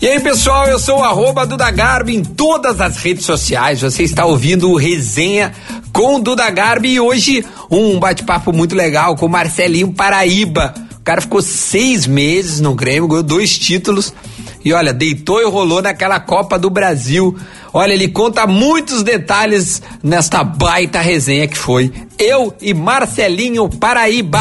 E aí, pessoal, eu sou o @Duda Garbi em todas as redes sociais. Você está ouvindo o Resenha com Duda Garbi e hoje um bate-papo muito legal com o Marcelinho Paraíba. O cara ficou 6 meses no Grêmio, ganhou 2 títulos e olha, deitou e rolou naquela Copa do Brasil. Olha, ele conta muitos detalhes nesta baita resenha que foi eu e Marcelinho Paraíba.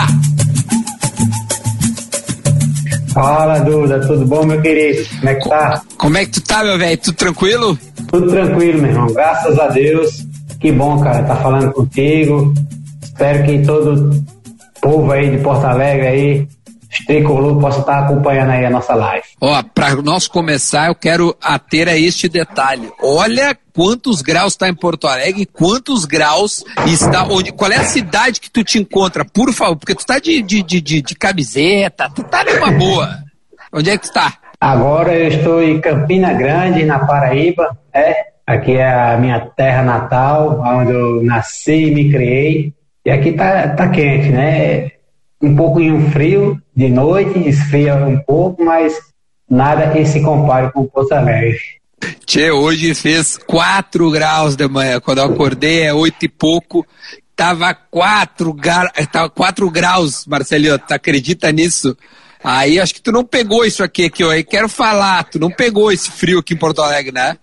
Fala, Duda, tudo bom, meu querido? Como é que tá? Como é que tu tá, meu velho? Tudo tranquilo? Tudo tranquilo, meu irmão, graças a Deus. Que bom, cara, tá falando contigo. Espero que todo povo aí de Porto Alegre aí, os tricolor, possa estar acompanhando aí a nossa live. Ó, pra nós começar, eu quero ater a este detalhe. Olha quantos graus está em Porto Alegre, quantos graus está onde, qual é a cidade que tu te encontra, por favor, porque tu tá de camiseta, tu tá numa boa. Onde é que tu tá? Agora eu estou em Campina Grande, na Paraíba, aqui é a minha terra natal, onde eu nasci e me criei, e aqui tá quente, né? Um pouquinho frio de noite, esfria um pouco, mas nada que se compare com Porto Alegre. Tchê, hoje fez 4 graus de manhã, quando eu acordei é 8 e pouco, tava 4 graus, Marcelinho, tu acredita nisso? Aí acho que tu não pegou isso aqui eu quero falar, tu não pegou esse frio aqui em Porto Alegre, né?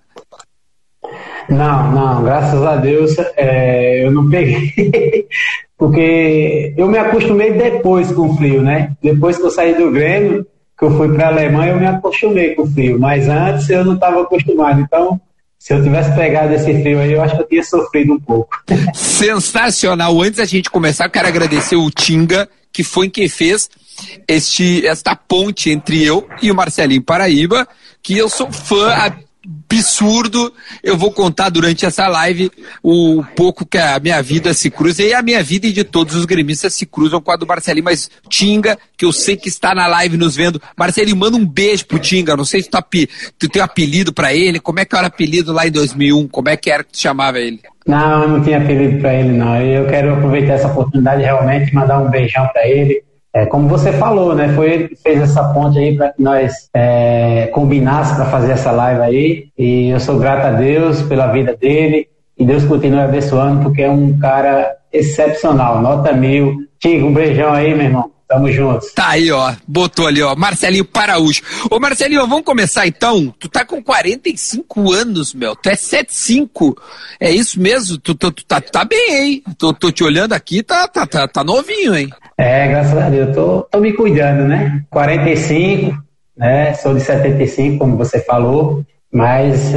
Não, graças a Deus eu não peguei, porque eu me acostumei depois com o frio, né? Depois que eu saí do Grêmio, que eu fui para a Alemanha, eu me acostumei com o frio, mas antes eu não estava acostumado, então se eu tivesse pegado esse frio aí, eu acho que eu tinha sofrido um pouco. Sensacional. Antes da gente começar, eu quero agradecer o Tinga, que foi quem fez esta ponte entre eu e o Marcelinho Paraíba, que eu sou fã absurdo. Eu vou contar durante essa live o pouco que a minha vida se cruza, e a minha vida e de todos os gremistas se cruzam com a do Marcelinho, mas Tinga, que eu sei que está na live nos vendo. Marcelinho, manda um beijo pro Tinga, não sei se tu tem um apelido pra ele, como é que era o apelido lá em 2001, como é que era que tu chamava ele? Não, eu não tinha apelido pra ele não, eu quero aproveitar essa oportunidade realmente e mandar um beijão pra ele. Como você falou, né? Foi ele que fez essa ponte aí para que nós combinássemos para fazer essa live aí. E eu sou grato a Deus pela vida dele. E Deus continue abençoando, porque é um cara excepcional. Nota 1000. Tigo, um beijão aí, meu irmão. Tamo juntos. Tá aí, ó. Botou ali, ó. Marcelinho Paraújo. Ô, Marcelinho, vamos começar então? Tu tá com 45 anos, meu. Tu é 75. É isso mesmo? Tu tá bem, hein? Tô te olhando aqui, tá novinho, hein? Graças a Deus. Tô me cuidando, né? 45, né? Sou de 75, como você falou. Mas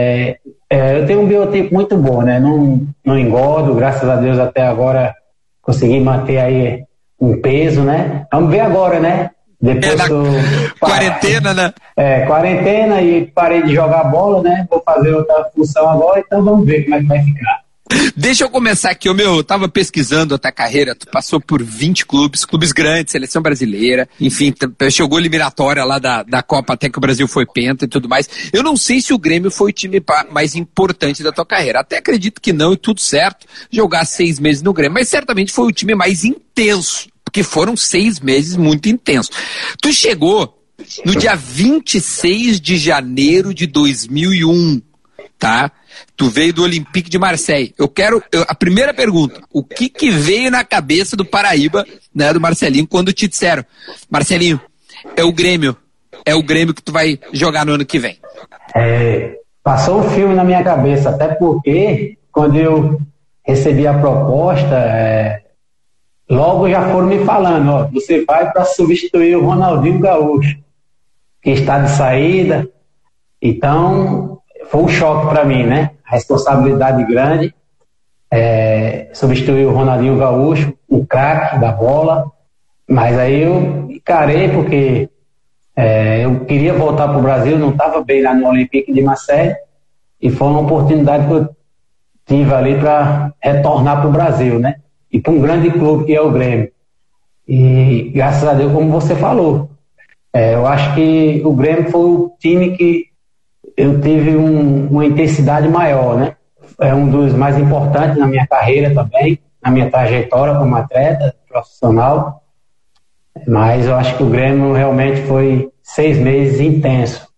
eu tenho um biotipo muito bom, né? Não engordo, graças a Deus até agora consegui manter aí um peso, né? Vamos ver agora, né? Depois quarentena, né? Quarentena e parei de jogar bola, né? Vou fazer outra função agora, então vamos ver como é que vai ficar. Deixa eu começar aqui, eu tava pesquisando a tua carreira, tu passou por 20 clubes grandes, seleção brasileira, enfim, chegou eliminatória lá da Copa, até que o Brasil foi penta e tudo mais. Eu não sei se o Grêmio foi o time mais importante da tua carreira, até acredito que não, e tudo certo, jogar 6 meses no Grêmio, mas certamente foi o time mais intenso, porque foram 6 meses muito intensos. Tu chegou no dia 26 de janeiro de 2001, tá? Tu veio do Olympique de Marseille. A primeira pergunta, o que veio na cabeça do Paraíba, né, do Marcelinho, quando te disseram, Marcelinho, é o Grêmio que tu vai jogar no ano que vem? Passou um filme na minha cabeça, até porque quando eu recebi a proposta, logo já foram me falando, ó, você vai para substituir o Ronaldinho Gaúcho, que está de saída. Então foi um choque para mim, né? A responsabilidade grande, substituir o Ronaldinho Gaúcho, o craque da bola, mas aí eu encarei porque eu queria voltar para o Brasil, não estava bem lá no Olympique de Marseille, e foi uma oportunidade que eu tive ali para retornar para o Brasil, né? E para um grande clube que é o Grêmio. E graças a Deus, como você falou, eu acho que o Grêmio foi o time que eu tive uma intensidade maior, né? É um dos mais importantes na minha carreira também, na minha trajetória como atleta profissional. Mas eu acho que o Grêmio realmente foi 6 meses intenso.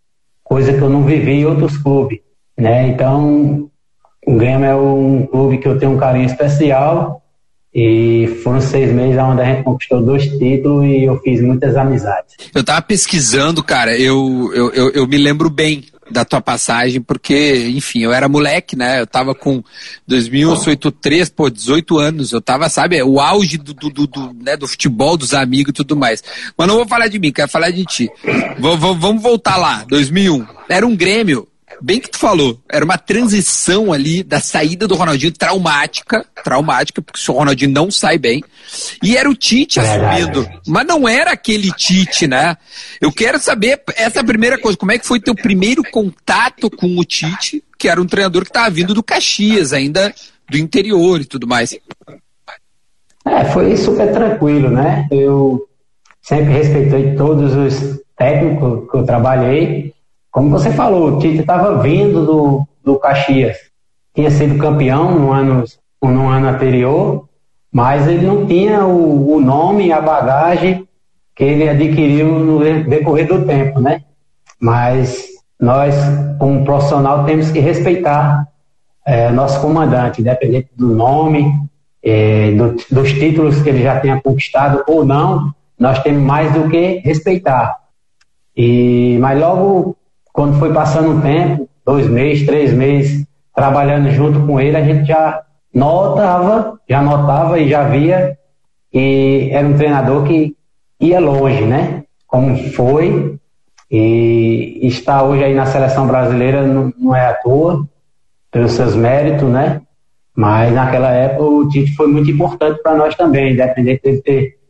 coisa que eu não vivi em outros clubes, né? Então, o Grêmio é um clube que eu tenho um carinho especial e foram 6 meses onde a gente conquistou 2 títulos e eu fiz muitas amizades. Eu tava pesquisando, cara, eu me lembro bem da tua passagem, porque, enfim, eu era moleque, né? Eu tava com 2003, 18 anos, eu tava, sabe, o auge do futebol, dos amigos e tudo mais. Mas não vou falar de mim, quero falar de ti. Vamos voltar lá, 2001. Era um Grêmio, bem que tu falou, era uma transição ali da saída do Ronaldinho traumática, porque o Ronaldinho não sai bem, e era o Tite assumindo, mas não era aquele Tite, né? Eu quero saber, essa primeira coisa, como é que foi teu primeiro contato com o Tite, que era um treinador que estava vindo do Caxias, ainda do interior e tudo mais? Foi super tranquilo, né? Eu sempre respeitei todos os técnicos que eu trabalhei. Como você falou, o Tite estava vindo do Caxias. Tinha sido campeão no ano anterior, mas ele não tinha o nome, a bagagem que ele adquiriu no decorrer do tempo, né? Mas nós, como profissional, temos que respeitar nosso comandante, independente do nome, dos títulos que ele já tenha conquistado ou não, nós temos mais do que respeitar. Mas logo, quando foi passando um tempo, 2 meses, 3 meses, trabalhando junto com ele, a gente já notava e já via que era um treinador que ia longe, né? Como foi, e está hoje aí na seleção brasileira não é à toa, pelos seus méritos, né? Mas naquela época o Tite foi muito importante para nós também, independente de ele ter...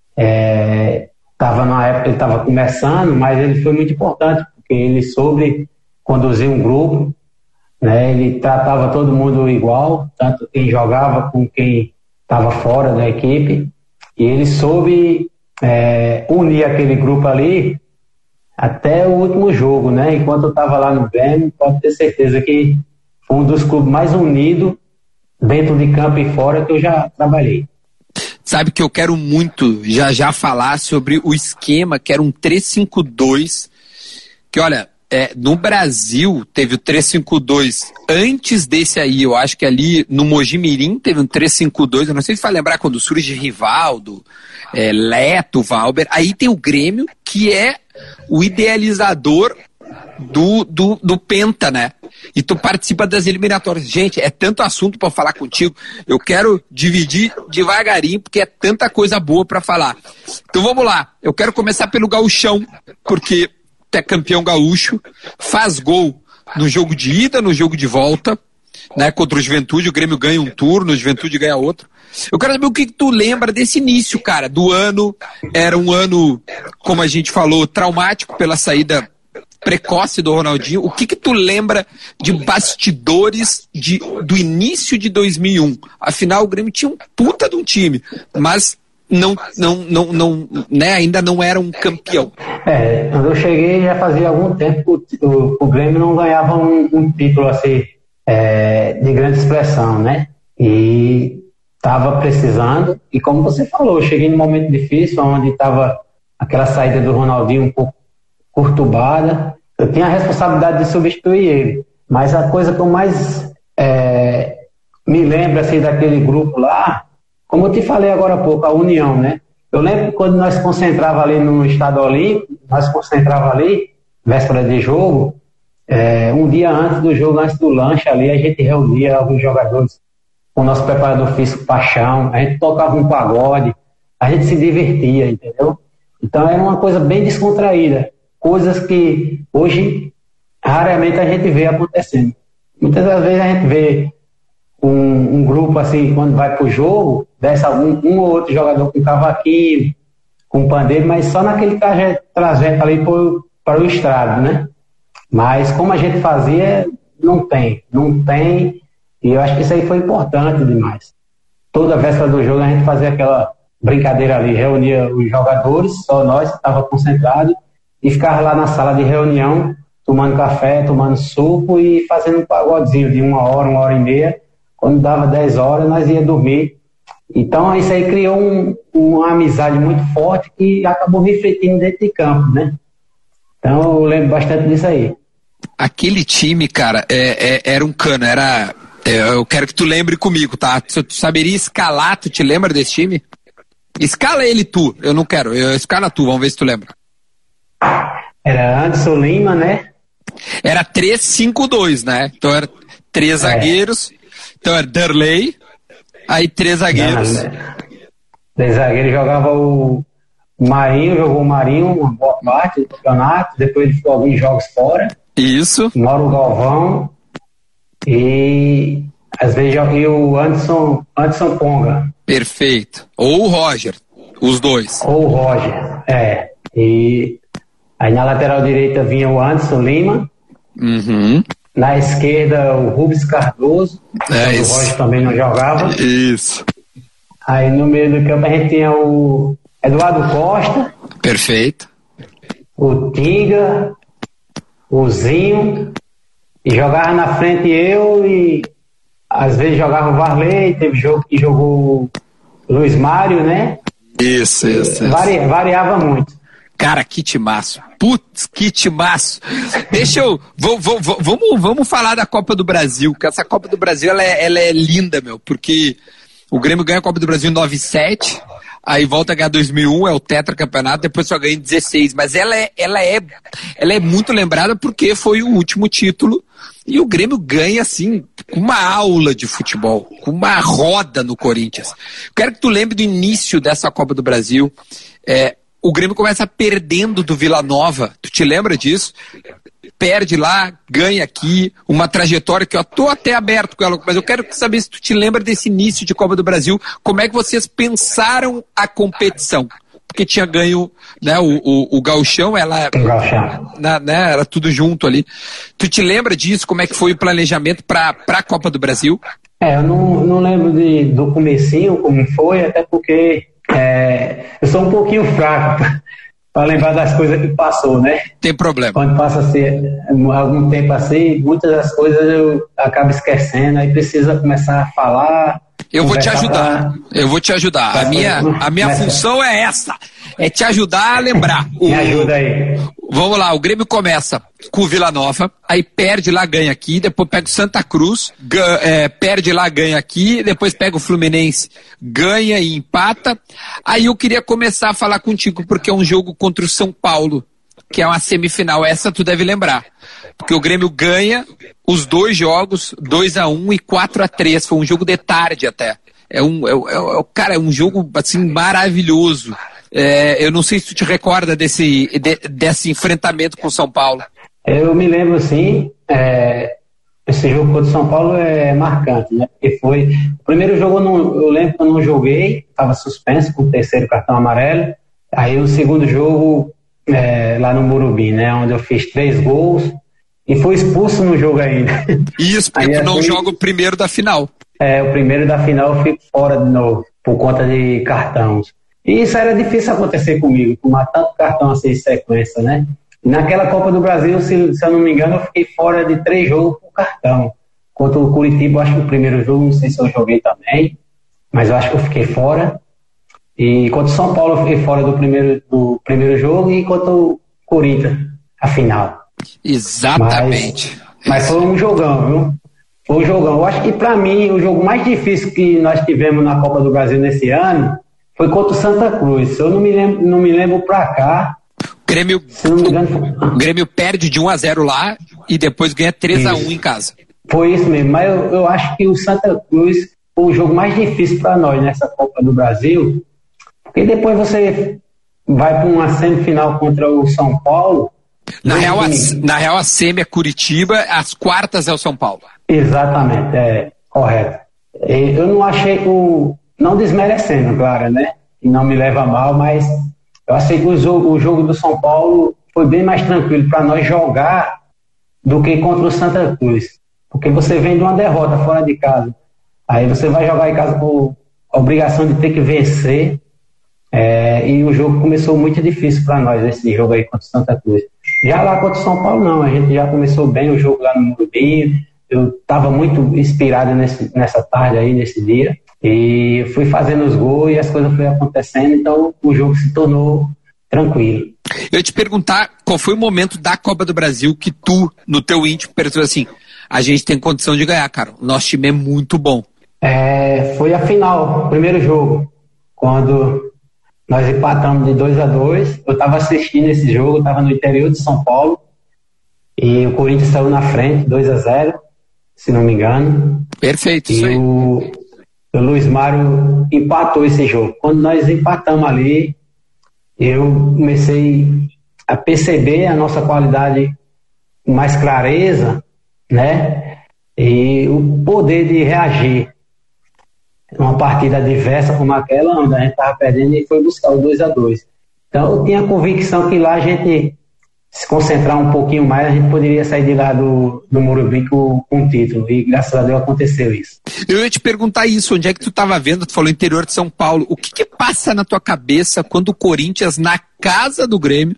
numa época ele estava começando, mas ele foi muito importante, porque ele soube conduzir um grupo, né? Ele tratava todo mundo igual, tanto quem jogava como quem estava fora da equipe, e ele soube unir aquele grupo ali até o último jogo, né? Enquanto eu estava lá no Grêmio, pode ter certeza que foi um dos clubes mais unidos dentro de campo e fora que eu já trabalhei. Sabe que eu quero muito já falar sobre o esquema, que era um 3-5-2, que olha, no Brasil teve o 3-5-2 antes desse aí, eu acho que ali no Mojimirim teve um 3-5-2, eu não sei se vai lembrar quando surge Rivaldo, Leto, Valber, aí tem o Grêmio, que é o idealizador do Penta, né? E tu participa das eliminatórias. Gente, é tanto assunto para falar contigo. Eu quero dividir devagarinho, porque é tanta coisa boa para falar. Então vamos lá. Eu quero começar pelo gauchão, porque tu é campeão gaúcho, faz gol no jogo de ida, no jogo de volta, né? Contra o Juventude, o Grêmio ganha um turno, o Juventude ganha outro. Eu quero saber o que tu lembra desse início, cara, do ano. Era um ano, como a gente falou, traumático pela saída precoce do Ronaldinho. O que tu lembra de bastidores do início de 2001? Afinal, o Grêmio tinha um puta de um time, mas não, né, ainda não era um campeão. Quando eu cheguei já fazia algum tempo que o Grêmio não ganhava um título assim, de grande expressão, né? E estava precisando, e como você falou, eu cheguei num momento difícil, onde estava aquela saída do Ronaldinho um pouco conturbada. Eu tinha a responsabilidade de substituir ele, mas a coisa que eu mais me lembro assim, daquele grupo lá, como eu te falei agora há pouco, a união, né? Eu lembro quando nós concentrava ali no Estado Olímpico, véspera de jogo, um dia antes do jogo, antes do lanche ali, a gente reunia alguns jogadores com o nosso preparador físico Paixão, a gente tocava um pagode, a gente se divertia, entendeu? Então era uma coisa bem descontraída, coisas que hoje raramente a gente vê acontecendo. Muitas das vezes a gente vê um grupo assim, quando vai pro jogo, desce um ou outro jogador com cavaquinho, com pandeiro, mas só naquele trajeto ali para o estrado, né? Mas como a gente fazia, não tem, e eu acho que isso aí foi importante demais. Toda véspera do jogo a gente fazia aquela brincadeira ali, reunia os jogadores, só nós que estava concentrado, e ficava lá na sala de reunião, tomando café, tomando suco e fazendo um pagodezinho de 1 hora e meia. Quando dava 10 horas, nós ia dormir. Então isso aí criou uma amizade muito forte que acabou refletindo dentro de campo, né? Então eu lembro bastante disso aí. Aquele time, cara, era um cano, eu quero que tu lembre comigo, tá? Tu saberia escalar, tu te lembra desse time? Escala ele tu, eu não quero, escala tu, vamos ver se tu lembra. Era Anderson Lima, né? Era 3-5-2, né? Então era 3 zagueiros, então era Derlei, aí 3 zagueiros. 3 zagueiros, jogava o Marinho, jogou o Marinho uma boa parte do campeonato, depois ele ficou alguns jogos fora. Isso. Mauro Galvão e às vezes e o Anderson Ponga. Perfeito. Ou o Roger, os dois. Ou o Roger, E aí na lateral direita vinha o Anderson Lima. Uhum. Na esquerda o Rubens Cardoso. O Roger também não jogava. Isso. Aí no meio do campo a gente tinha o Eduardo Costa. Perfeito. O Tinga, o Zinho, e jogava na frente eu e às vezes jogava o Varley, teve jogo que jogou o Luiz Mário, né? Isso. Variava muito. Cara, que timaço. Putz, que timaço. Deixa eu... Vamos falar da Copa do Brasil, que essa Copa do Brasil ela é linda, meu, porque o Grêmio ganha a Copa do Brasil em 97, aí volta a ganhar 2001, é o tetracampeonato, depois só ganha em 16, mas ela é muito lembrada porque foi o último título e o Grêmio ganha assim, com uma aula de futebol, com uma roda no Corinthians. Quero que tu lembre do início dessa Copa do Brasil. O Grêmio começa perdendo do Vila Nova, tu te lembra disso? Perde lá, ganha aqui, uma trajetória que eu tô até aberto com ela, mas eu quero saber se tu te lembra desse início de Copa do Brasil, como é que vocês pensaram a competição? Porque tinha ganho, né, o Gauchão, era tudo junto ali. Tu te lembra disso, como é que foi o planejamento para a Copa do Brasil? Eu não lembro do comecinho, como foi, até porque eu sou um pouquinho fraco para lembrar das coisas que passou, né? Tem problema. Quando passa algum tempo assim, muitas das coisas eu acabo esquecendo, aí precisa começar a falar. Eu vou te ajudar. A minha função é essa. É te ajudar a lembrar. Me ajuda aí. Vamos lá, o Grêmio começa com o Vila Nova, aí perde lá, ganha aqui, depois pega o Santa Cruz, perde lá, ganha aqui, depois pega o Fluminense, ganha e empata. Aí eu queria começar a falar contigo, porque é um jogo contra o São Paulo, que é uma semifinal, essa tu deve lembrar. Porque o Grêmio ganha os 2 jogos, 2-1 e 4-3, foi um jogo de tarde até. Cara, é um jogo assim maravilhoso. Eu não sei se tu te recorda desse enfrentamento com o São Paulo. Eu me lembro sim, esse jogo contra o São Paulo é marcante, né? Porque foi o primeiro jogo, eu lembro que eu não joguei, estava suspenso com o 3º cartão amarelo. Aí o segundo jogo lá no Morumbi, né? Onde eu fiz 3 gols e fui expulso no jogo ainda. Isso, porque tu não joga o primeiro da final. O primeiro da final eu fico fora de novo, por conta de cartões. E isso era difícil acontecer comigo, tomar tanto cartão assim em sequência, né? E naquela Copa do Brasil, se eu não me engano, eu fiquei fora de 3 jogos por cartão. Contra o Curitiba, eu acho que o primeiro jogo, não sei se eu joguei também, mas eu acho que eu fiquei fora. E contra o São Paulo, eu fiquei fora do primeiro jogo e contra o Corinthians, a final. Exatamente. Mas foi um jogão, viu? Foi um jogão. Eu acho que, pra mim, o jogo mais difícil que nós tivemos na Copa do Brasil nesse ano foi contra o Santa Cruz. Eu não me lembro pra cá. O Grêmio perde de 1-0 lá e depois ganha 3-1 em casa. Foi isso mesmo, mas eu acho que o Santa Cruz foi o jogo mais difícil para nós nessa Copa do Brasil, porque depois você vai para uma semifinal contra o São Paulo. Na real, a semi é Curitiba, as quartas é o São Paulo. Exatamente, correto. Eu não achei não desmerecendo, claro, né? E não me leva a mal, mas eu achei que o jogo do São Paulo foi bem mais tranquilo para nós jogar do que contra o Santa Cruz. Porque você vem de uma derrota fora de casa. Aí você vai jogar em casa com a obrigação de ter que vencer. E o jogo começou muito difícil para nós, esse jogo aí contra o Santa Cruz. Já lá contra o São Paulo, não. A gente já começou bem o jogo lá no Morumbi. Eu estava muito inspirado nessa tarde aí, nesse dia. E fui fazendo os gols e as coisas foram acontecendo. Então o jogo se tornou tranquilo. Eu ia te perguntar qual foi o momento da Copa do Brasil que tu, no teu íntimo, pensou assim, a gente tem condição de ganhar, cara, o nosso time é muito bom. Foi a final, o primeiro jogo, quando nós empatamos de 2-2, eu estava assistindo esse jogo, eu estava no interior de São Paulo, e o Corinthians saiu na frente, 2-0, se não me engano. Perfeito, isso aí. O Luiz Mário empatou esse jogo. Quando nós empatamos ali, eu comecei a perceber a nossa qualidade com mais clareza, né? E o poder de reagir numa partida adversa como aquela, onde a gente estava perdendo e foi buscar o 2-2. Então eu tinha a convicção que lá a gente se concentrar um pouquinho mais, a gente poderia sair de lá do Morumbi com um título, e graças a Deus aconteceu isso. Eu ia te perguntar isso, onde é que tu estava vendo, tu falou interior de São Paulo, o que passa na tua cabeça quando o Corinthians, na casa do Grêmio,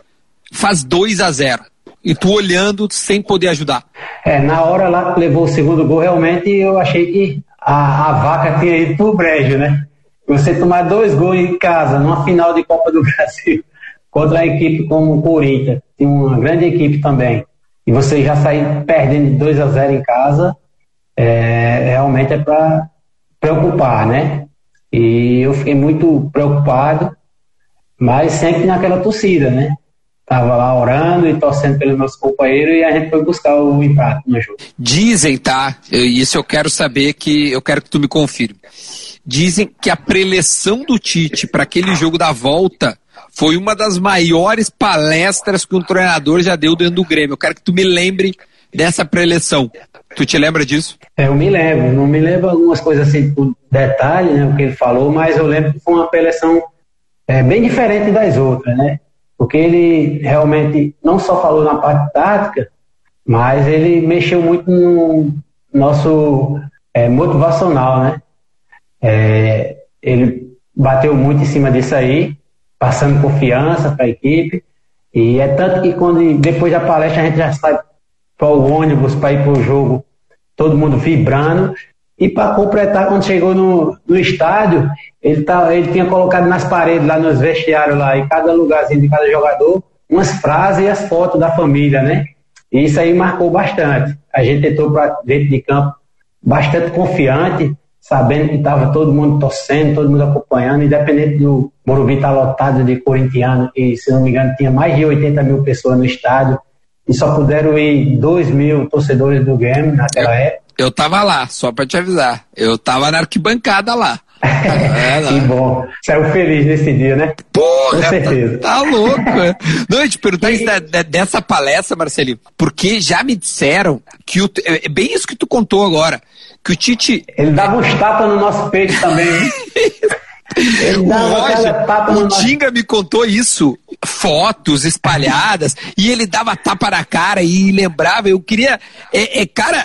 faz 2-0, e tu olhando sem poder ajudar? Na hora lá que levou o segundo gol, realmente eu achei que a vaca tinha ido pro brejo, né? Você tomar 2 gols em casa, numa final de Copa do Brasil, contra a equipe como o Corinthians, tem uma grande equipe também, e você já sair perdendo de 2-0 em casa, realmente é para preocupar, né? E eu fiquei muito preocupado, mas sempre naquela torcida, né? Tava lá orando e torcendo pelos meus companheiros, e a gente foi buscar o empate no jogo. Dizem, tá? Isso eu quero saber, eu quero que tu me confirme. Dizem que a preleção do Tite para aquele jogo da volta foi uma das maiores palestras que um treinador já deu dentro do Grêmio. Eu quero que tu me lembre dessa preleção. Tu te lembra disso? Eu me lembro. Não me lembro algumas coisas assim por detalhe, né, o que ele falou, mas eu lembro que foi uma preleção bem diferente das outras, né? Porque ele realmente não só falou na parte tática, mas ele mexeu muito no nosso motivacional, né? Ele bateu muito em cima disso aí, passando confiança para a equipe, e é tanto que depois da palestra a gente já sai para o ônibus para ir para o jogo, todo mundo vibrando, e para completar, quando chegou no estádio, ele tinha colocado nas paredes lá nos vestiários lá, em cada lugarzinho de cada jogador, umas frases e as fotos da família, né? E isso aí marcou bastante. A gente entrou para dentro de campo bastante confiante, sabendo que estava todo mundo torcendo, todo mundo acompanhando, independente do Morumbi estar lotado de corintiano, e se não me engano tinha mais de 80 mil pessoas no estádio, e só puderam ir 2 mil torcedores do Grêmio naquela época. Eu tava lá, só pra te avisar, eu tava na arquibancada lá. Que bom, saiu feliz nesse dia, né? Porra, com certeza. Tá louco. Não, eu te perguntar isso dessa palestra, Marcelinho, porque já me disseram que é bem isso que tu contou agora, que o Tite... Ele dava uns tapas no nosso peito também, hein? Ele dava o Tinga me contou isso, fotos espalhadas, e ele dava tapa na cara e lembrava, eu queria, cara,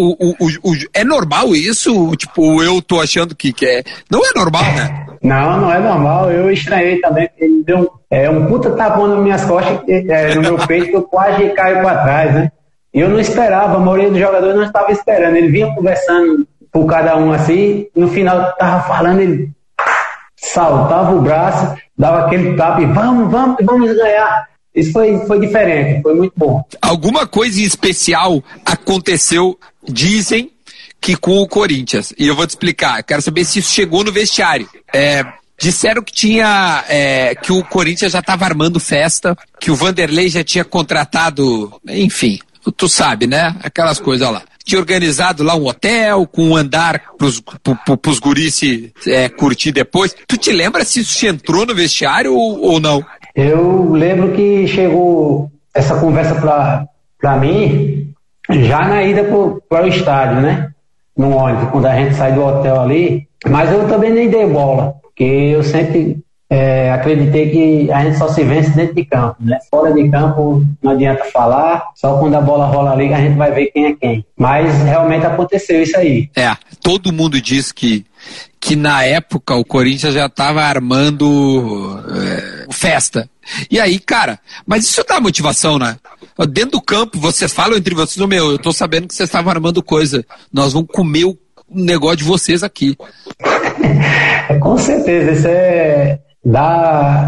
é normal isso? Tipo, eu tô achando que não é normal, né? Não é normal, eu estranhei também, ele deu um puta tapão nas minhas costas, no meu peito, que eu quase caio pra trás, né? E eu não esperava, a maioria dos jogadores não estava esperando, ele vinha conversando por cada um assim, no final tava falando, ele saltava o braço, dava aquele tapa e vamos ganhar. Isso foi diferente, foi muito bom. Alguma coisa em especial aconteceu, dizem, que com o Corinthians, e eu vou te explicar, eu quero saber se isso chegou no vestiário. Disseram que que o Corinthians já estava armando festa, que o Vanderlei já tinha contratado, enfim, tu sabe, né? Aquelas coisas lá. Tinha organizado lá um hotel com um andar pros guris se curtir depois. Tu te lembra se isso entrou no vestiário ou não? Eu lembro que chegou essa conversa pra mim já na ida para o estádio, né? No ônibus, quando a gente sai do hotel ali. Mas eu também nem dei bola, porque eu sempre acreditei que a gente só se vence dentro de campo, né? Fora de campo não adianta falar, só quando a bola rola ali que a gente vai ver quem é quem. Mas realmente aconteceu isso aí. Todo mundo diz que na época o Corinthians já estava armando festa. E aí, cara, mas isso dá motivação, né? Dentro do campo, vocês falam entre vocês, eu tô sabendo que vocês estavam armando coisa, nós vamos comer o negócio de vocês aqui. Com certeza, isso você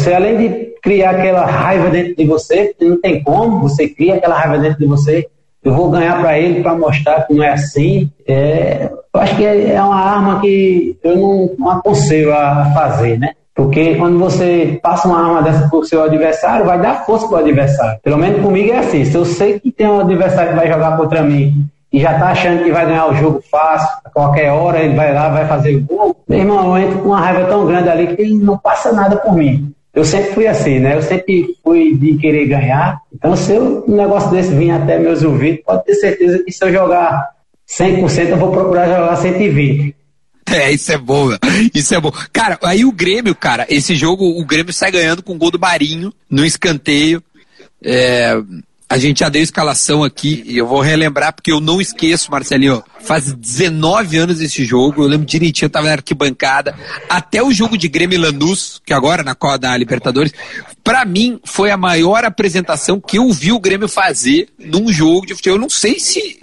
você, além de criar aquela raiva dentro de você, não tem como, você cria aquela raiva dentro de você, eu vou ganhar para ele para mostrar que não é assim. Eu acho que é uma arma que eu não aconselho a fazer, né? Porque quando você passa uma arma dessa pro seu adversário, vai dar força pro adversário. Pelo menos comigo é assim, se eu sei que tem um adversário que vai jogar contra mim e já tá achando que vai ganhar o jogo fácil, a qualquer hora ele vai lá, vai fazer o gol, meu irmão, eu entro com uma raiva tão grande ali que não passa nada por mim. Eu sempre fui assim, né? Eu sempre fui de querer ganhar. Então, se um negócio desse vir até meus ouvidos, pode ter certeza que se eu jogar 100%, eu vou procurar jogar 120%. Isso é bom, meu. Isso é bom. Cara, aí o Grêmio, cara, esse jogo, o Grêmio sai ganhando com o gol do Marinho, no escanteio. A gente já deu escalação aqui, e eu vou relembrar, porque eu não esqueço, Marcelinho, faz 19 anos esse jogo, eu lembro direitinho, eu tava na arquibancada, até o jogo de Grêmio e Lanús, que agora na Copa da Libertadores, pra mim, foi a maior apresentação que eu vi o Grêmio fazer num jogo de futebol. Eu não sei se,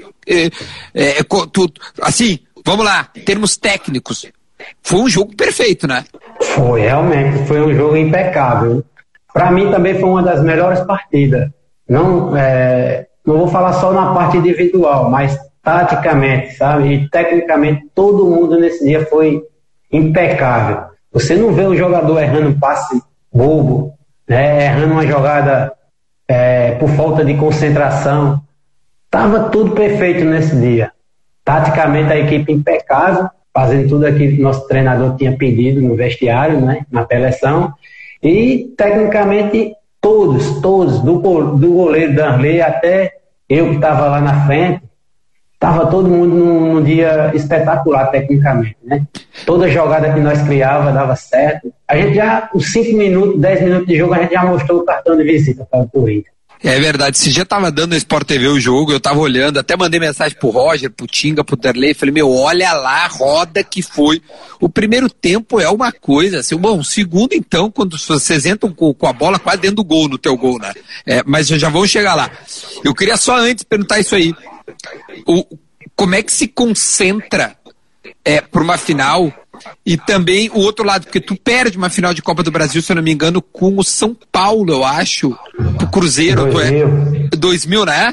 assim, vamos lá, em termos técnicos, foi um jogo perfeito, né? Foi, realmente, foi um jogo impecável. Pra mim também foi uma das melhores partidas. Não vou falar só na parte individual, mas taticamente, sabe? E tecnicamente todo mundo nesse dia foi impecável. Você não vê o jogador errando um passe bobo, né? Errando uma jogada por falta de concentração. Tava tudo perfeito nesse dia. Taticamente a equipe impecável, fazendo tudo aquilo que nosso treinador tinha pedido no vestiário, né? Na preleção. E tecnicamente todos, do goleiro Darley até eu que estava lá na frente, estava todo mundo num dia espetacular tecnicamente, né? Toda jogada que nós criava dava certo. A gente já, os 5 minutos, 10 minutos de jogo, a gente já mostrou o cartão de visita para o Corinthians. É verdade, esse dia tava dando no Sport TV o jogo, eu tava olhando, até mandei mensagem pro Roger, pro Tinga, pro Derlei, falei, olha lá a roda que foi. O primeiro tempo é uma coisa, assim, bom, o segundo então, quando vocês entram com a bola quase dentro do gol, no teu gol, né? Mas já vou chegar lá. Eu queria só antes perguntar isso aí, como é que se concentra para uma final? E também o outro lado, porque tu perde uma final de Copa do Brasil, se eu não me engano, com o São Paulo, eu acho, o Cruzeiro. 2000, né?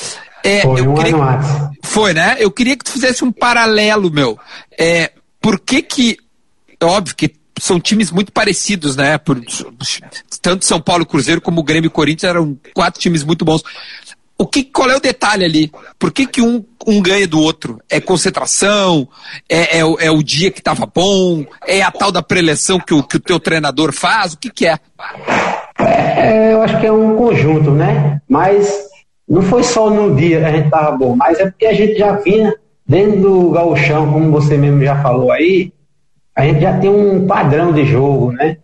Foi, né? Eu queria que tu fizesse um paralelo, meu. Por que óbvio que são times muito parecidos, né? Tanto São Paulo, Cruzeiro, como o Grêmio e Corinthians eram 4 times muito bons. Qual é o detalhe ali? Por que um ganha do outro? É concentração? É o dia que estava bom? É a tal da preleção que o teu treinador faz? O que é? Eu acho que é um conjunto, né? Mas não foi só no dia que a gente estava bom, mas é porque a gente já vinha dentro do gauchão, como você mesmo já falou aí, a gente já tem um padrão de jogo, né?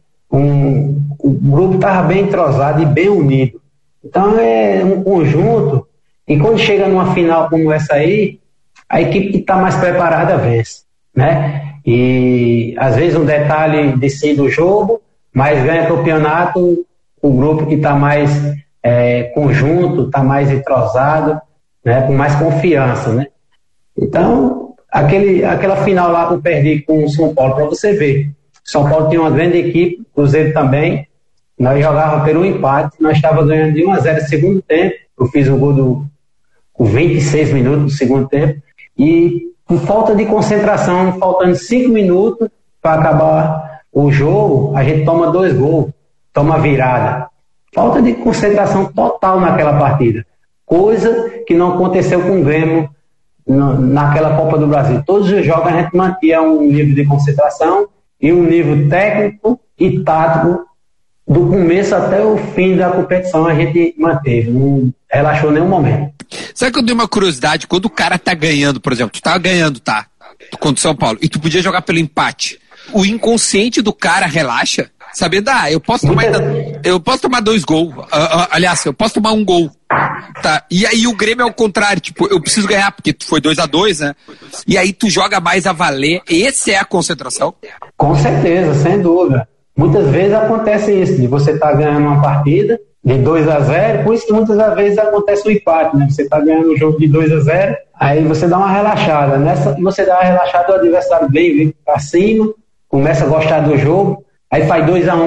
O grupo estava bem entrosado e bem unido. Então é um conjunto, e quando chega numa final como essa aí, a equipe que está mais preparada vence, né? E às vezes um detalhe decide do jogo, mas ganha campeonato o grupo que está mais conjunto, está mais entrosado, né? Com mais confiança, né? Então, aquela final lá que eu perdi com o São Paulo, para você ver, São Paulo tinha uma grande equipe, Cruzeiro também. Nós jogávamos pelo empate, nós estávamos ganhando de 1-0 no segundo tempo. Eu fiz o gol com 26 minutos do segundo tempo. E por falta de concentração, faltando 5 minutos para acabar o jogo, a gente toma 2 gols, toma virada. Falta de concentração total naquela partida. Coisa que não aconteceu com o Grêmio naquela Copa do Brasil. Todos os jogos a gente mantinha um nível de concentração e um nível técnico e tático. Do começo até o fim da competição a gente manteve, não relaxou em nenhum momento. Sabe que eu dei uma curiosidade, quando o cara tá ganhando, por exemplo, tu tava ganhando, tá? Contra o São Paulo, e tu podia jogar pelo empate. O inconsciente do cara relaxa, sabendo, eu posso tomar 2 gols, aliás, eu posso tomar 1 gol, tá? E aí o Grêmio é o contrário, tipo, eu preciso ganhar, porque foi 2-2, né? E aí tu joga mais a valer, esse é a concentração? Com certeza, sem dúvida. Muitas vezes acontece isso, de você estar ganhando uma partida de 2-0, por isso que muitas vezes acontece o empate, né? Você está ganhando um jogo de 2-0, aí você dá uma relaxada. Nessa você dá uma relaxada, o adversário vem para cima, começa a gostar do jogo, aí faz 2-1,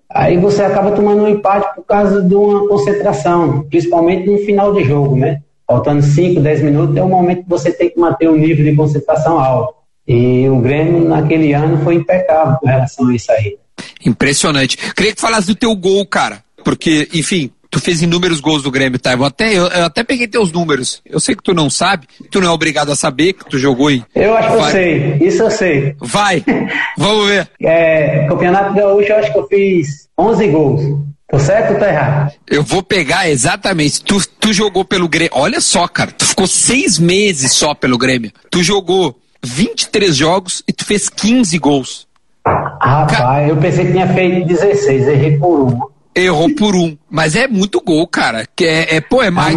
Aí você acaba tomando um empate por causa de uma concentração, principalmente no final de jogo, né? Faltando 5, 10 minutos, é um momento que você tem que manter um nível de concentração alto. E o Grêmio, naquele ano, foi impecável com relação a isso aí. Impressionante. Queria que falasse do teu gol, cara, porque, enfim, tu fez inúmeros gols do Grêmio, tá? Eu até peguei teus números. Eu sei que tu não sabe, tu não é obrigado a saber que tu jogou em... Eu acho que eu sei, isso eu sei. Vai, vamos ver. Campeonato Gaúcho, eu acho que eu fiz 11 gols. Tô certo ou tá errado? Eu vou pegar exatamente. Tu jogou pelo Grêmio. Olha só, cara, tu ficou 6 meses só pelo Grêmio. Tu jogou 23 jogos e tu fez 15 gols. Rapaz, eu pensei que tinha feito 16, errei por 1. Errou por 1, mas é muito gol, cara. É mais.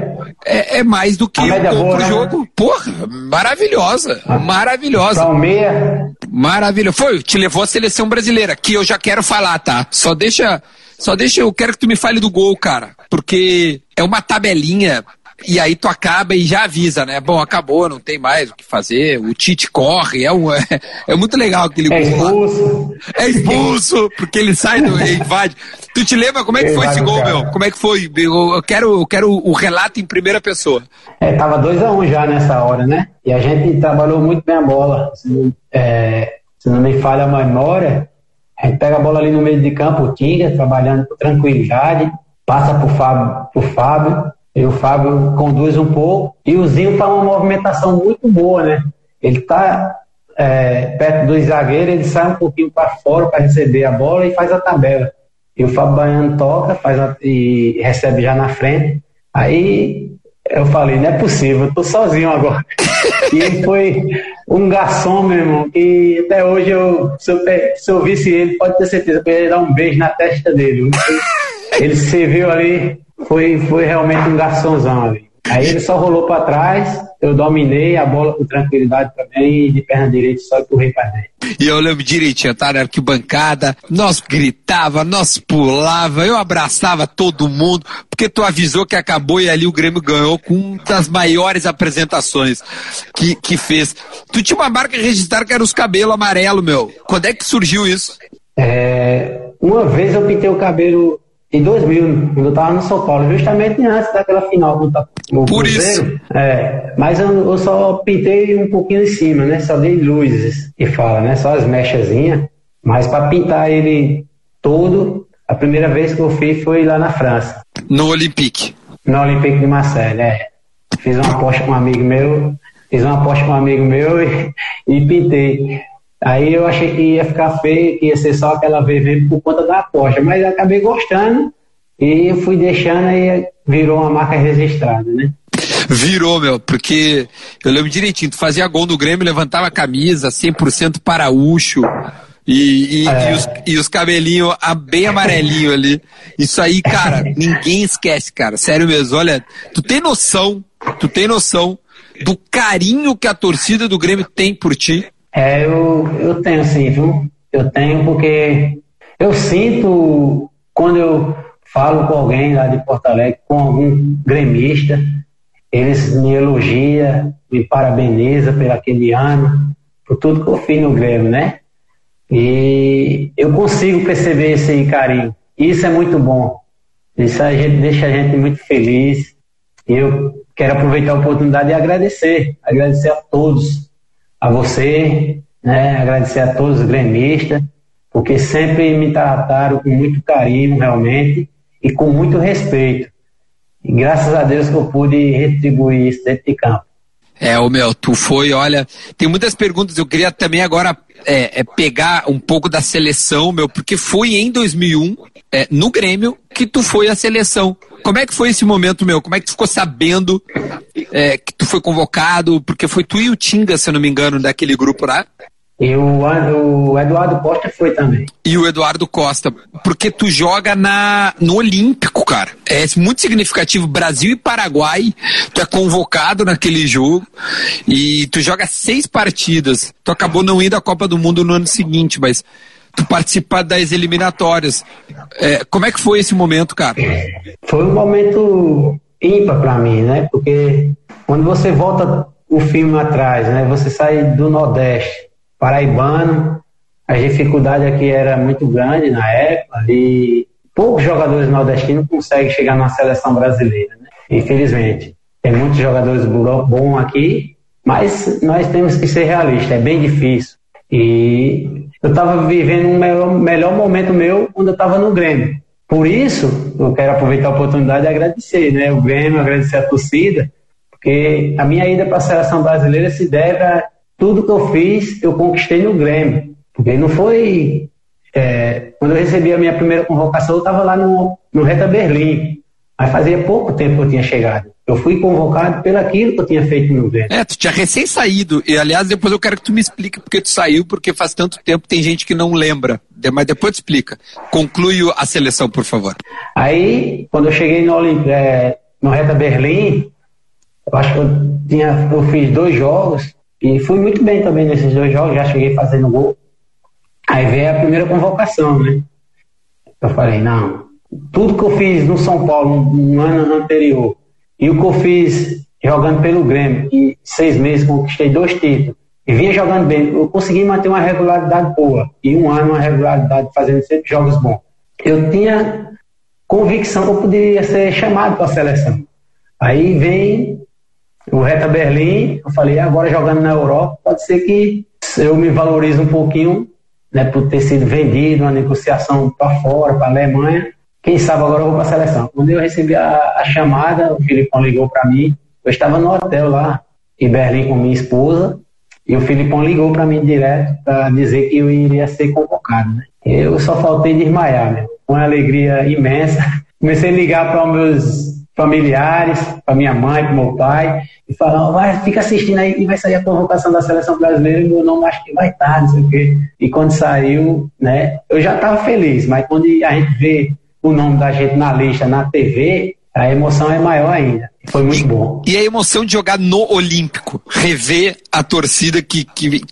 É mais do que um gol por jogo. Porra, maravilhosa. Maravilhosa. Maravilhosa. Te levou à seleção brasileira, que eu já quero falar, tá? Só deixa, eu quero que tu me fale do gol, cara. Porque é uma tabelinha. E aí tu acaba e já avisa, né? Bom, acabou, não tem mais o que fazer. O Tite corre, é muito legal aquele gol. É expulso, porque ele sai e invade. Tu te lembra como é que foi esse gol, meu? Como é que foi? Eu quero o relato em primeira pessoa. Tava 2-1 já nessa hora, né? E a gente trabalhou muito bem a bola. Se não me falha a memória, a gente pega a bola ali no meio de campo, o Tinga, trabalhando com tranquilidade, passa pro Fábio. E o Fábio conduz um pouco. E o Zinho faz uma movimentação muito boa, né? Ele tá perto do zagueiro, ele sai um pouquinho para fora para receber a bola e faz a tabela. E o Fábio Baiano toca e recebe já na frente. Aí eu falei, não é possível, eu tô sozinho agora. E ele foi um garçom, meu irmão, que até hoje, se eu visse ele, pode ter certeza que eu ia dar um beijo na testa dele. Ele serviu ali. Foi realmente um garçomzão ali. Aí ele só rolou para trás, eu dominei a bola com tranquilidade também, e de perna direita só empurrei para dentro. E eu lembro direitinho, tá na arquibancada, nós gritava, nós pulava, eu abraçava todo mundo, porque tu avisou que acabou e ali o Grêmio ganhou com uma das maiores apresentações que fez. Tu tinha uma marca registrada que era os cabelos amarelos, meu. Quando é que surgiu isso? Uma vez eu pintei o cabelo em 2000, quando eu tava no São Paulo, justamente antes daquela final contra o Cruzeiro. Mas eu só pintei um pouquinho em cima, né? Só dei luzes, que fala, né? Só as mechazinhas. Mas para pintar ele todo, a primeira vez que eu fiz foi lá na França. No Olympique? No Olympique de Marseille, Fiz uma aposta com um amigo meu, e pintei. Aí eu achei que ia ficar feio, que ia ser só aquela vez mesmo por conta da aposta, mas eu acabei gostando e eu fui deixando e virou uma marca registrada, né? Virou, meu, porque eu lembro direitinho, tu fazia gol no Grêmio, levantava a camisa, 100% paraúcho e os cabelinhos bem amarelinho ali. Isso aí, cara, ninguém esquece, cara, sério mesmo. Olha, tu tem noção do carinho que a torcida do Grêmio tem por ti? Eu tenho sim, viu? Eu tenho porque eu sinto, quando eu falo com alguém lá de Porto Alegre, com algum gremista, eles me elogiam, me parabenizam por aquele ano, por tudo que eu fiz no Grêmio, né? E eu consigo perceber esse carinho. Isso é muito bom. Isso deixa a gente muito feliz. E eu quero aproveitar a oportunidade de agradecer a todos. A você, né, agradecer a todos os gremistas, porque sempre me trataram com muito carinho, realmente, e com muito respeito. E graças a Deus que eu pude retribuir isso dentro de campo. Tu foi, olha, tem muitas perguntas, eu queria também agora pegar um pouco da seleção, porque foi em 2001, no Grêmio, que tu foi à seleção. Como é que foi esse momento, meu? Como é que tu ficou sabendo que tu foi convocado? Porque foi tu e o Tinga, se eu não me engano, daquele grupo lá. E o Eduardo Costa foi também. E o Eduardo Costa, porque tu joga no Olímpico, cara. É muito significativo, Brasil e Paraguai, tu é convocado naquele jogo e tu joga 6 partidas. Tu acabou não indo à Copa do Mundo no ano seguinte, mas tu participa das eliminatórias. Como é que foi esse momento, cara? Foi um momento ímpar pra mim, né? Porque quando você volta o filme atrás, né? Você sai do Nordeste paraibano, a dificuldade aqui era muito grande na época e poucos jogadores nordestinos conseguem chegar na seleção brasileira, né? Infelizmente. Tem muitos jogadores bons aqui, mas nós temos que ser realistas, é bem difícil. E eu estava vivendo um melhor momento meu quando eu estava no Grêmio. Por isso, eu quero aproveitar a oportunidade de agradecer, né? O Grêmio, agradecer a torcida, porque a minha ida para a seleção brasileira se deve a tudo que eu fiz, eu conquistei no Grêmio. Porque não foi... quando eu recebi a minha primeira convocação, eu estava lá no Hertha Berlim. Mas fazia pouco tempo que eu tinha chegado. Eu fui convocado pelo aquilo que eu tinha feito no Grêmio. Tu tinha recém saído. E, aliás, depois eu quero que tu me explique porque tu saiu, porque faz tanto tempo tem gente que não lembra. Mas depois tu explica. Conclui a seleção, por favor. Aí, quando eu cheguei no Hertha Berlim, eu acho que eu fiz 2 jogos e fui muito bem também nesses 2 jogos, já cheguei fazendo gol. Aí veio a primeira convocação, né? Eu falei, não, tudo que eu fiz no São Paulo no ano anterior e o que eu fiz jogando pelo Grêmio, em 6 meses conquistei 2 títulos e vinha jogando bem, eu consegui manter uma regularidade boa e um ano uma regularidade fazendo sempre jogos bons. Eu tinha convicção que eu poderia ser chamado para a seleção. Aí vem o Hertha Berlim, eu falei, agora jogando na Europa, pode ser que eu me valorize um pouquinho, né, por ter sido vendido, uma negociação para fora, para a Alemanha. Quem sabe agora eu vou para a seleção. Quando eu recebi a chamada, o Filipão ligou para mim. Eu estava no hotel lá em Berlim com minha esposa e o Filipão ligou para mim direto para dizer que eu iria ser convocado, né? Eu só faltei desmaiar, né? Com uma alegria imensa. Comecei a ligar para os meus familiares, para minha mãe, para meu pai, e falaram, fica assistindo aí que vai sair a convocação da seleção brasileira e meu nome acho que vai estar, não sei o quê. E quando saiu, né, eu já estava feliz, mas quando a gente vê o nome da gente na lista, na TV, a emoção é maior ainda. Foi muito bom. E a emoção de jogar no Olímpico, rever a torcida que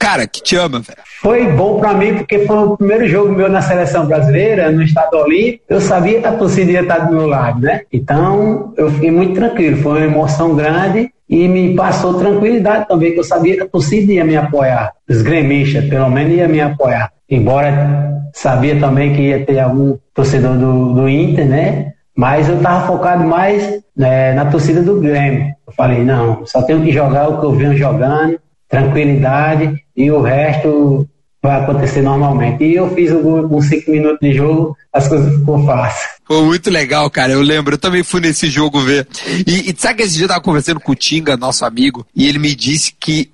te ama, velho. Foi bom pra mim porque foi o primeiro jogo meu na seleção brasileira, no Estado Olímpico. Eu sabia que a torcida ia estar do meu lado, né? Então, eu fiquei muito tranquilo. Foi uma emoção grande e me passou tranquilidade também, que eu sabia que a torcida ia me apoiar. Os gremistas, pelo menos, ia me apoiar. Embora sabia também que ia ter algum torcedor do Inter, né? Mas eu estava focado mais na torcida do Grêmio. Eu falei, não, só tenho que jogar o que eu venho jogando, tranquilidade, e o resto vai acontecer normalmente. E eu fiz uns 5 minutos de jogo, as coisas ficou fácil. Foi muito legal, cara, eu lembro, eu também fui nesse jogo ver. E sabe que esse dia eu tava conversando com o Tinga, nosso amigo, e ele me disse que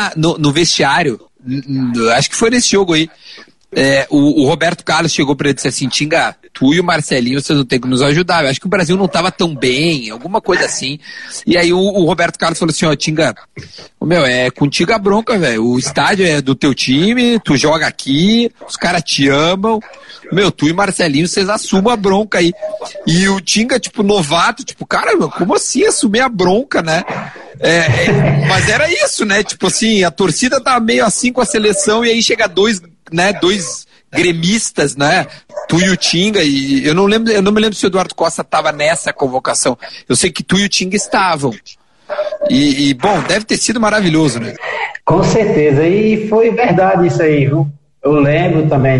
no vestiário, acho que foi nesse jogo aí, o Roberto Carlos chegou pra ele e disse assim, Tinga, tu e o Marcelinho, vocês não tem que nos ajudar, eu acho que o Brasil não tava tão bem, alguma coisa assim. E aí o Roberto Carlos falou assim, ó, Tinga, é contigo a bronca, velho, o estádio é do teu time, tu joga aqui, os caras te amam, tu e Marcelinho, vocês assumam a bronca aí. E o Tinga, tipo, novato, tipo, cara, como assim assumir a bronca, né? Mas era isso, né? Tipo assim, a torcida tá meio assim com a seleção e aí chega dois gremistas, né? Tu e o Tinga, e eu não me lembro se o Eduardo Costa estava nessa convocação. Eu sei que tu e o Tinga estavam. E bom, deve ter sido maravilhoso, né? Com certeza, e foi verdade isso aí, viu? Eu lembro também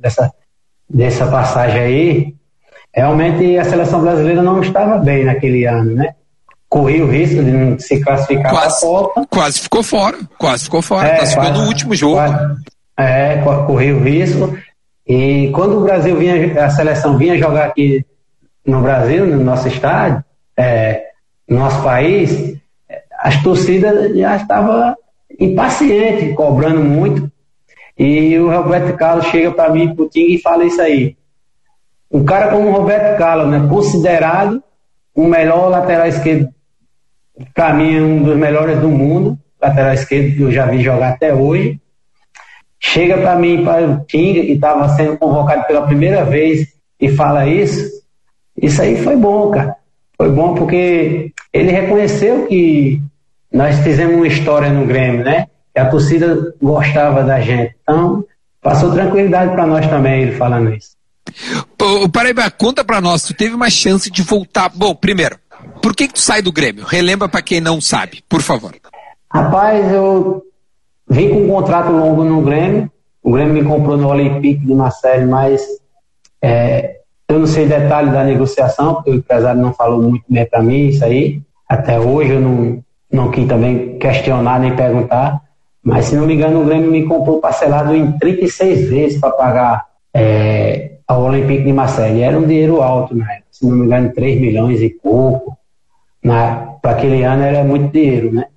dessa passagem aí. Realmente a seleção brasileira não estava bem naquele ano, né? Corria o risco de não se classificar para a Copa. Quase ficou fora. Classificou no último jogo. Corria o risco. E quando a seleção vinha jogar aqui no Brasil, no nosso estádio, no nosso país, as torcidas já estavam impacientes, cobrando muito. E o Roberto Carlos chega para mim, pro Tinga, e fala isso aí. Um cara como o Roberto Carlos, né, considerado o melhor lateral esquerdo, para mim é um dos melhores do mundo, lateral esquerdo que eu já vi jogar até hoje. Chega para mim, para o Tinga, que estava sendo convocado pela primeira vez, e fala isso. Isso aí foi bom, cara. Foi bom porque ele reconheceu que nós fizemos uma história no Grêmio, né? Que a torcida gostava da gente. Então, passou tranquilidade para nós também, ele falando isso. Paraíba, conta pra nós, tu teve uma chance de voltar. Bom, primeiro, por que tu sai do Grêmio? Relembra pra quem não sabe, por favor. Rapaz, eu vim com um contrato longo no Grêmio. o Grêmio me comprou no Olympique de Marseille, mas eu não sei detalhe da negociação, porque o empresário não falou muito bem para mim isso aí. Até hoje eu não quis também questionar nem perguntar, mas se não me engano o Grêmio me comprou parcelado em 36 vezes para pagar ao Olympique de Marseille. Era um dinheiro alto, né? Se não me engano 3 milhões e pouco. Para aquele ano era muito dinheiro, né?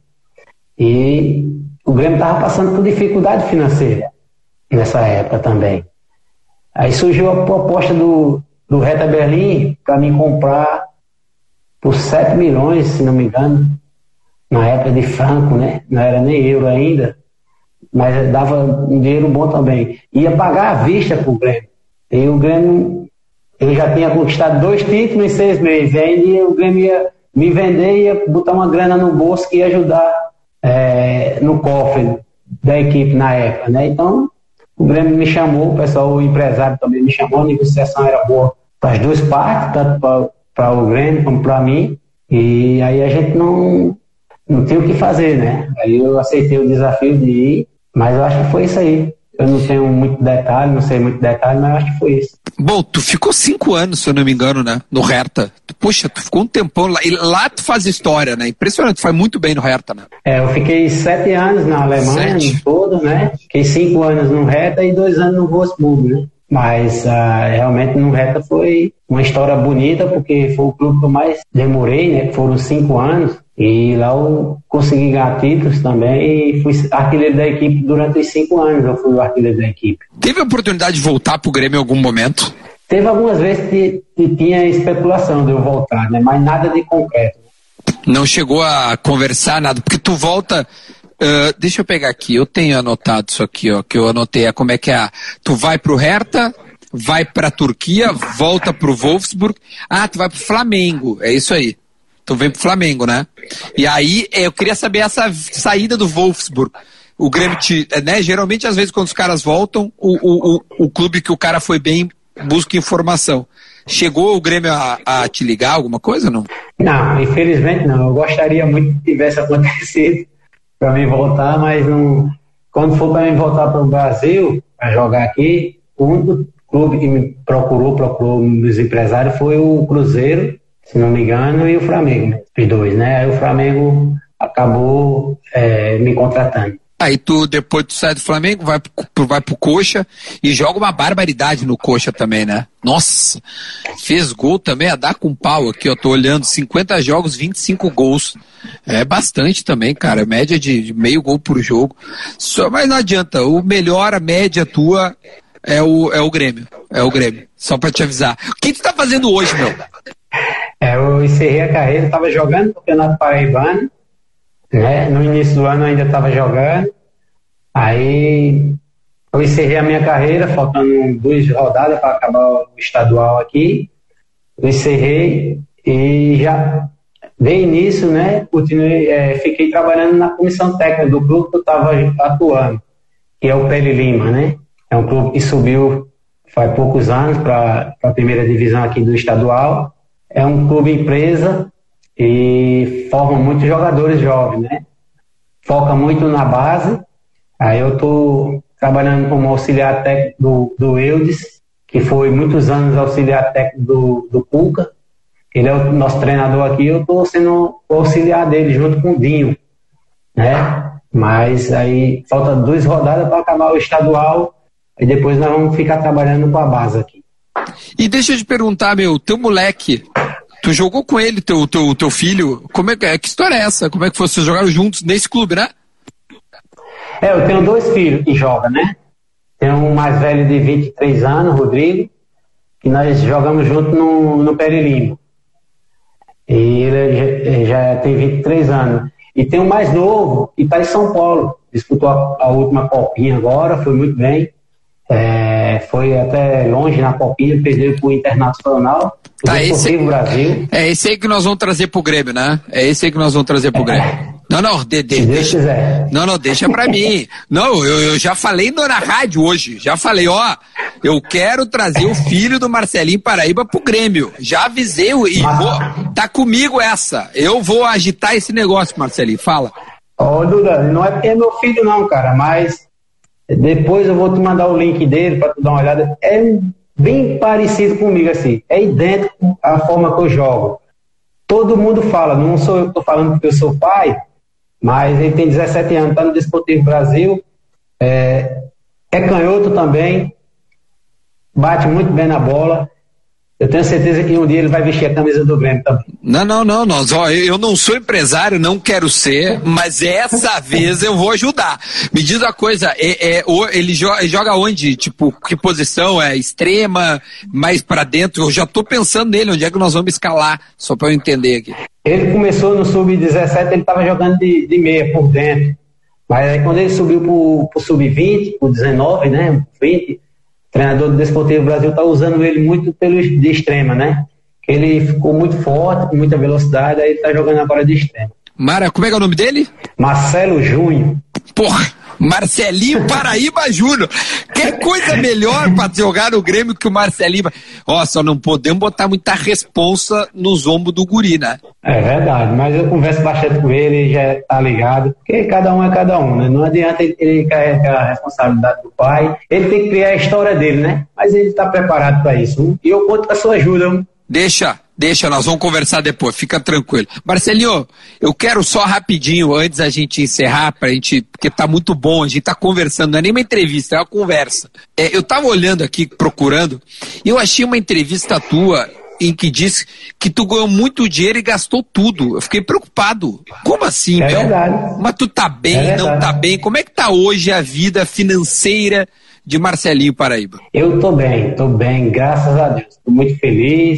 E o Grêmio estava passando por dificuldade financeira nessa época também. Aí surgiu a proposta do Hertha Berlim para me comprar por 7 milhões, se não me engano, na época de franco, né? Não era nem euro ainda, mas dava um dinheiro bom também. Ia pagar à vista para o Grêmio. E o Grêmio, ele já tinha conquistado 2 títulos em 6 meses. E aí o Grêmio ia me vender e ia botar uma grana no bolso que ia ajudar no cofre da equipe na época, né? Então, o Grêmio me chamou, o empresário também me chamou, a negociação era boa para as duas partes, tanto para o Grêmio como para mim, e aí a gente não tinha o que fazer, né? Aí eu aceitei o desafio de ir, mas eu acho que foi isso aí. Eu não tenho muito detalhe, não sei muito detalhe, mas eu acho que foi isso. Bom, tu ficou 5 anos, se eu não me engano, né? No Hertha. Poxa, tu ficou um tempão lá. E lá tu faz história, né? Impressionante, tu faz muito bem no Hertha, né? Eu fiquei 7 anos na Alemanha, no todo, né? Fiquei 5 anos no Hertha e 2 anos no Wolfsburg, né? Mas realmente no Hertha foi uma história bonita, porque foi o clube que eu mais demorei, né? Foram 5 anos. E lá eu consegui ganhar títulos também e fui artilheiro da equipe durante os 5 anos. Eu fui o artilheiro da equipe. Teve a oportunidade de voltar pro Grêmio em algum momento? Teve algumas vezes que tinha especulação de eu voltar, né? Mas nada de concreto. Não chegou a conversar nada, porque tu volta... deixa eu pegar aqui, eu tenho anotado isso aqui, ó, que eu anotei, como é que é. Tu vai pro Hertha, vai pra Turquia, volta pro Wolfsburg, tu vai pro Flamengo, é isso aí. Tu vem pro Flamengo, né? E aí, eu queria saber essa saída do Wolfsburg. O Grêmio, né? Geralmente, às vezes, quando os caras voltam, o clube que o cara foi bem busca informação. Chegou o Grêmio a te ligar, alguma coisa, não? Não, infelizmente não. Eu gostaria muito que tivesse acontecido para mim voltar, mas não. Quando for para mim voltar para o Brasil, para jogar aqui, o único clube que me procurou meus empresários foi o Cruzeiro, se não me engano, e o Flamengo, né? Os dois, né? Aí o Flamengo acabou me contratando. Aí depois tu sai do Flamengo, vai pro Coxa e joga uma barbaridade no Coxa também, né? Nossa, fez gol também a dar com pau aqui, ó, tô olhando, 50 jogos, 25 gols. É bastante também, cara, média de meio gol por jogo. Mas não adianta, o melhor, a média tua é o Grêmio, só pra te avisar. O que tu tá fazendo hoje, meu? Eu encerrei a carreira, estava jogando no Campeonato Paraibano, né? No início do ano eu ainda estava jogando, aí eu encerrei a minha carreira, faltando 2 rodadas para acabar o estadual aqui, eu encerrei e já dei início, né? Continuei, fiquei trabalhando na comissão técnica do clube que eu estava atuando, que é o Pele Lima, né? É um clube que subiu faz poucos anos para a primeira divisão aqui do estadual. É um clube empresa e forma muitos jogadores jovens, né? Foca muito na base. Aí eu estou trabalhando como auxiliar técnico do Eudes, que foi muitos anos auxiliar técnico do Cuca. Ele é o nosso treinador aqui, eu estou sendo o auxiliar dele junto com o Dinho, né? Mas aí falta 2 rodadas para acabar o estadual e depois nós vamos ficar trabalhando com a base aqui. E deixa eu te perguntar, teu moleque, tu jogou com ele, teu filho, que história é essa? Como é que foi? Vocês jogaram juntos nesse clube, né? Eu tenho 2 filhos que jogam, né? Tenho um mais velho de 23 anos, Rodrigo, que nós jogamos junto no Pele Lima. E ele já tem 23 anos. E tem um mais novo, que está em São Paulo, disputou a última copinha agora, foi muito bem. Foi até longe na copinha, perdeu pro Internacional, Desportivo Brasil. É esse aí que nós vamos trazer pro Grêmio, né? É esse aí que nós vamos trazer pro Grêmio. Não, deixa. Não, deixa pra mim. Não, eu já falei na rádio hoje, já falei, eu quero trazer o filho do Marcelinho Paraíba pro Grêmio. Já avisei tá comigo essa. Eu vou agitar esse negócio, Marcelinho, fala. Duda, não é porque é meu filho não, cara, mas Depois eu vou te mandar o link dele para tu dar uma olhada. É bem parecido comigo, assim. É idêntico à forma que eu jogo. Todo mundo fala, não sou eu que estou falando porque eu sou pai, mas ele tem 17 anos, está no Desportivo Brasil, é canhoto também, bate muito bem na bola. Eu tenho certeza que um dia ele vai vestir a camisa do Grêmio também. Não. Eu não sou empresário, não quero ser, mas essa vez eu vou ajudar. Me diz uma coisa, ele joga onde? Tipo, que posição? É extrema, mais pra dentro? Eu já tô pensando nele, onde é que nós vamos escalar, só pra eu entender aqui. Ele começou no Sub-17, ele tava jogando de meia por dentro. Mas aí quando ele subiu pro Sub-20, pro 19, né, 20, o treinador do Desportivo Brasil está usando ele muito de extrema, né? Ele ficou muito forte, com muita velocidade, aí ele está jogando agora de extrema. Mara, como é que é o nome dele? Marcelo Júnior. Porra, Marcelinho Paraíba Júnior. Que coisa melhor para jogar no Grêmio que o Marcelinho. Ó, só não podemos botar muita responsa nos ombros do guri, né? É verdade, mas eu converso bastante com ele, já tá ligado, porque cada um é cada um, né? Não adianta ele carregar a responsabilidade do pai, ele tem que criar a história dele, né? Mas ele tá preparado para isso, e eu conto com a sua ajuda. Deixa, nós vamos conversar depois, fica tranquilo. Marcelinho, eu quero só rapidinho, antes da gente encerrar, porque tá muito bom, a gente tá conversando, não é nem uma entrevista, é uma conversa. Eu tava olhando aqui, procurando, e eu achei uma entrevista tua, em que diz que tu ganhou muito dinheiro e gastou tudo. Eu fiquei preocupado. Como assim, meu? Verdade. Mas tu tá bem, não tá bem? Como é que tá hoje a vida financeira de Marcelinho Paraíba? Eu tô bem, graças a Deus. Tô muito feliz.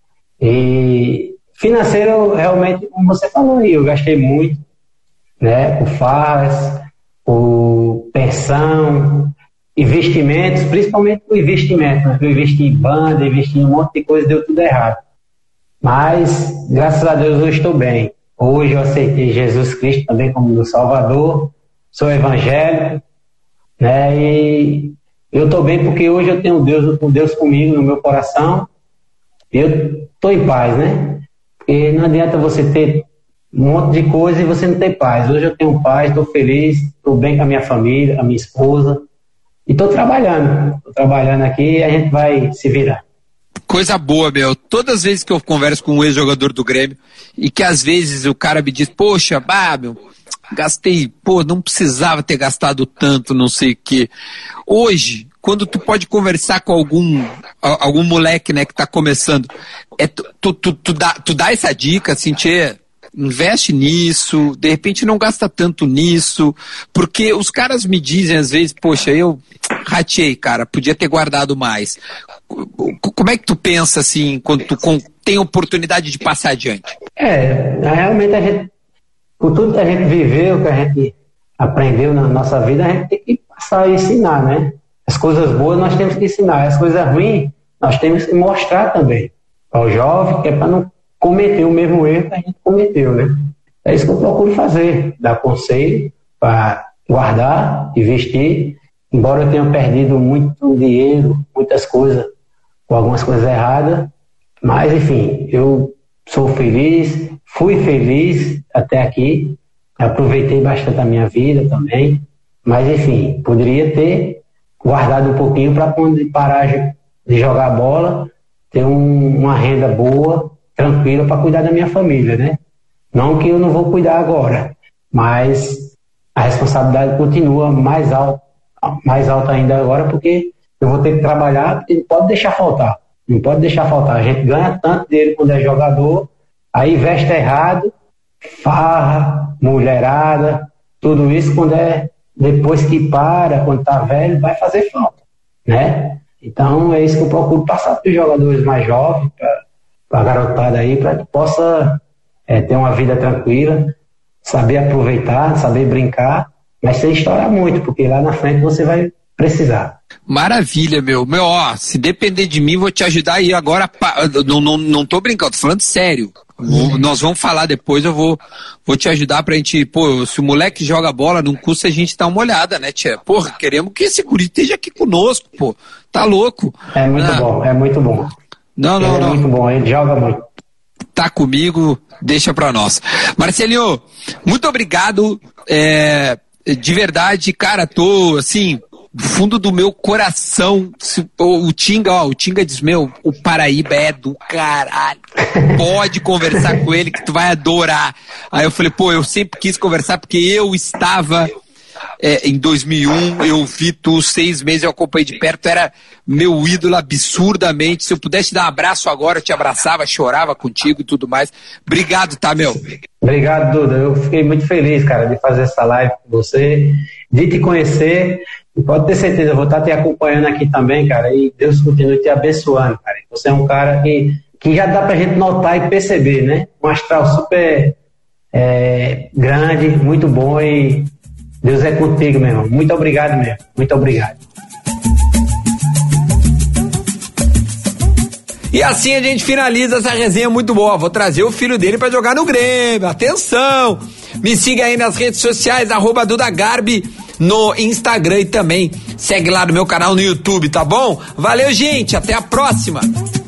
E financeiro, realmente, como você falou aí, eu gastei muito, né? O FAS, o pensão, investimentos, principalmente o investimento, né? Eu investi em banda, investi em um monte de coisa, deu tudo errado. Mas, graças a Deus, eu estou bem. Hoje eu aceitei Jesus Cristo também como meu Salvador, sou evangélico, né? E eu estou bem porque hoje eu tenho Deus comigo no meu coração, e eu estou em paz, né? Porque não adianta você ter um monte de coisa e você não ter paz. Hoje eu tenho paz, estou feliz, estou bem com a minha família, a minha esposa, e estou trabalhando aqui e a gente vai se virar. Coisa boa, meu. Todas as vezes que eu converso com um ex-jogador do Grêmio e que às vezes o cara me diz, poxa, meu, gastei, não precisava ter gastado tanto, não sei o quê. Hoje, quando tu pode conversar com algum moleque, né, que tá começando, tu dá essa dica, assim, investe nisso, de repente não gasta tanto nisso, porque os caras me dizem às vezes, poxa, eu ratei, cara, podia ter guardado mais. Como é que tu pensa, assim, quando tu tem oportunidade de passar adiante? Realmente a gente, por tudo que a gente viveu, que a gente aprendeu na nossa vida, a gente tem que passar e ensinar, né? As coisas boas nós temos que ensinar, as coisas ruins nós temos que mostrar também ao jovem, que é para não cometer o mesmo erro que a gente cometeu, né? É isso que eu procuro fazer, dar conselho para guardar, investir, embora eu tenha perdido muito dinheiro, muitas coisas, com algumas coisas erradas, mas enfim, eu sou feliz, fui feliz até aqui, aproveitei bastante a minha vida também, mas enfim, poderia ter guardado um pouquinho para quando parar de jogar bola, ter uma renda boa, tranquila para cuidar da minha família, né? Não que eu não vou cuidar agora, mas a responsabilidade continua mais alta ainda agora, porque eu vou ter que trabalhar, porque não pode deixar faltar. A gente ganha tanto dele quando é jogador, aí veste errado, farra, mulherada, tudo isso quando depois que quando tá velho, vai fazer falta, né? Então é isso que eu procuro passar para os jogadores mais jovens, para a garotada aí, para que possa ter uma vida tranquila, saber aproveitar, saber brincar, mas sem estourar muito, porque lá na frente você vai precisar. Maravilha, meu, se depender de mim, vou te ajudar aí agora, não tô brincando, tô falando sério. Nós vamos falar depois, eu vou te ajudar pra gente, se o moleque joga bola, não custa a gente dar uma olhada, né, tia? Queremos que esse guri esteja aqui conosco, tá louco. É muito bom, é muito bom. Não. É muito bom, ele joga muito. Tá comigo, deixa pra nós. Marcelinho, muito obrigado, de verdade, cara, tô, assim, do fundo do meu coração, o Tinga diz, o Paraíba é do caralho, pode conversar com ele que tu vai adorar. Aí eu falei, eu sempre quis conversar porque eu estava em 2001, eu vi tu 6 meses, eu acompanhei de perto, era meu ídolo absurdamente. Se eu pudesse te dar um abraço agora, eu te abraçava, chorava contigo e tudo mais. Obrigado, tá, meu? Obrigado, Duda. Eu fiquei muito feliz, cara, de fazer essa live com você, de te conhecer. E pode ter certeza, eu vou estar te acompanhando aqui também, cara, e Deus continue te abençoando, cara. Você é um cara que já dá pra gente notar e perceber, né? Um astral super grande, muito bom, e Deus é contigo, meu irmão. Muito obrigado mesmo. Muito obrigado. E assim a gente finaliza essa resenha muito boa. Vou trazer o filho dele pra jogar no Grêmio. Atenção! Me siga aí nas redes sociais, @DudaGarbi no Instagram, e também segue lá no meu canal no YouTube, tá bom? Valeu, gente! Até a próxima!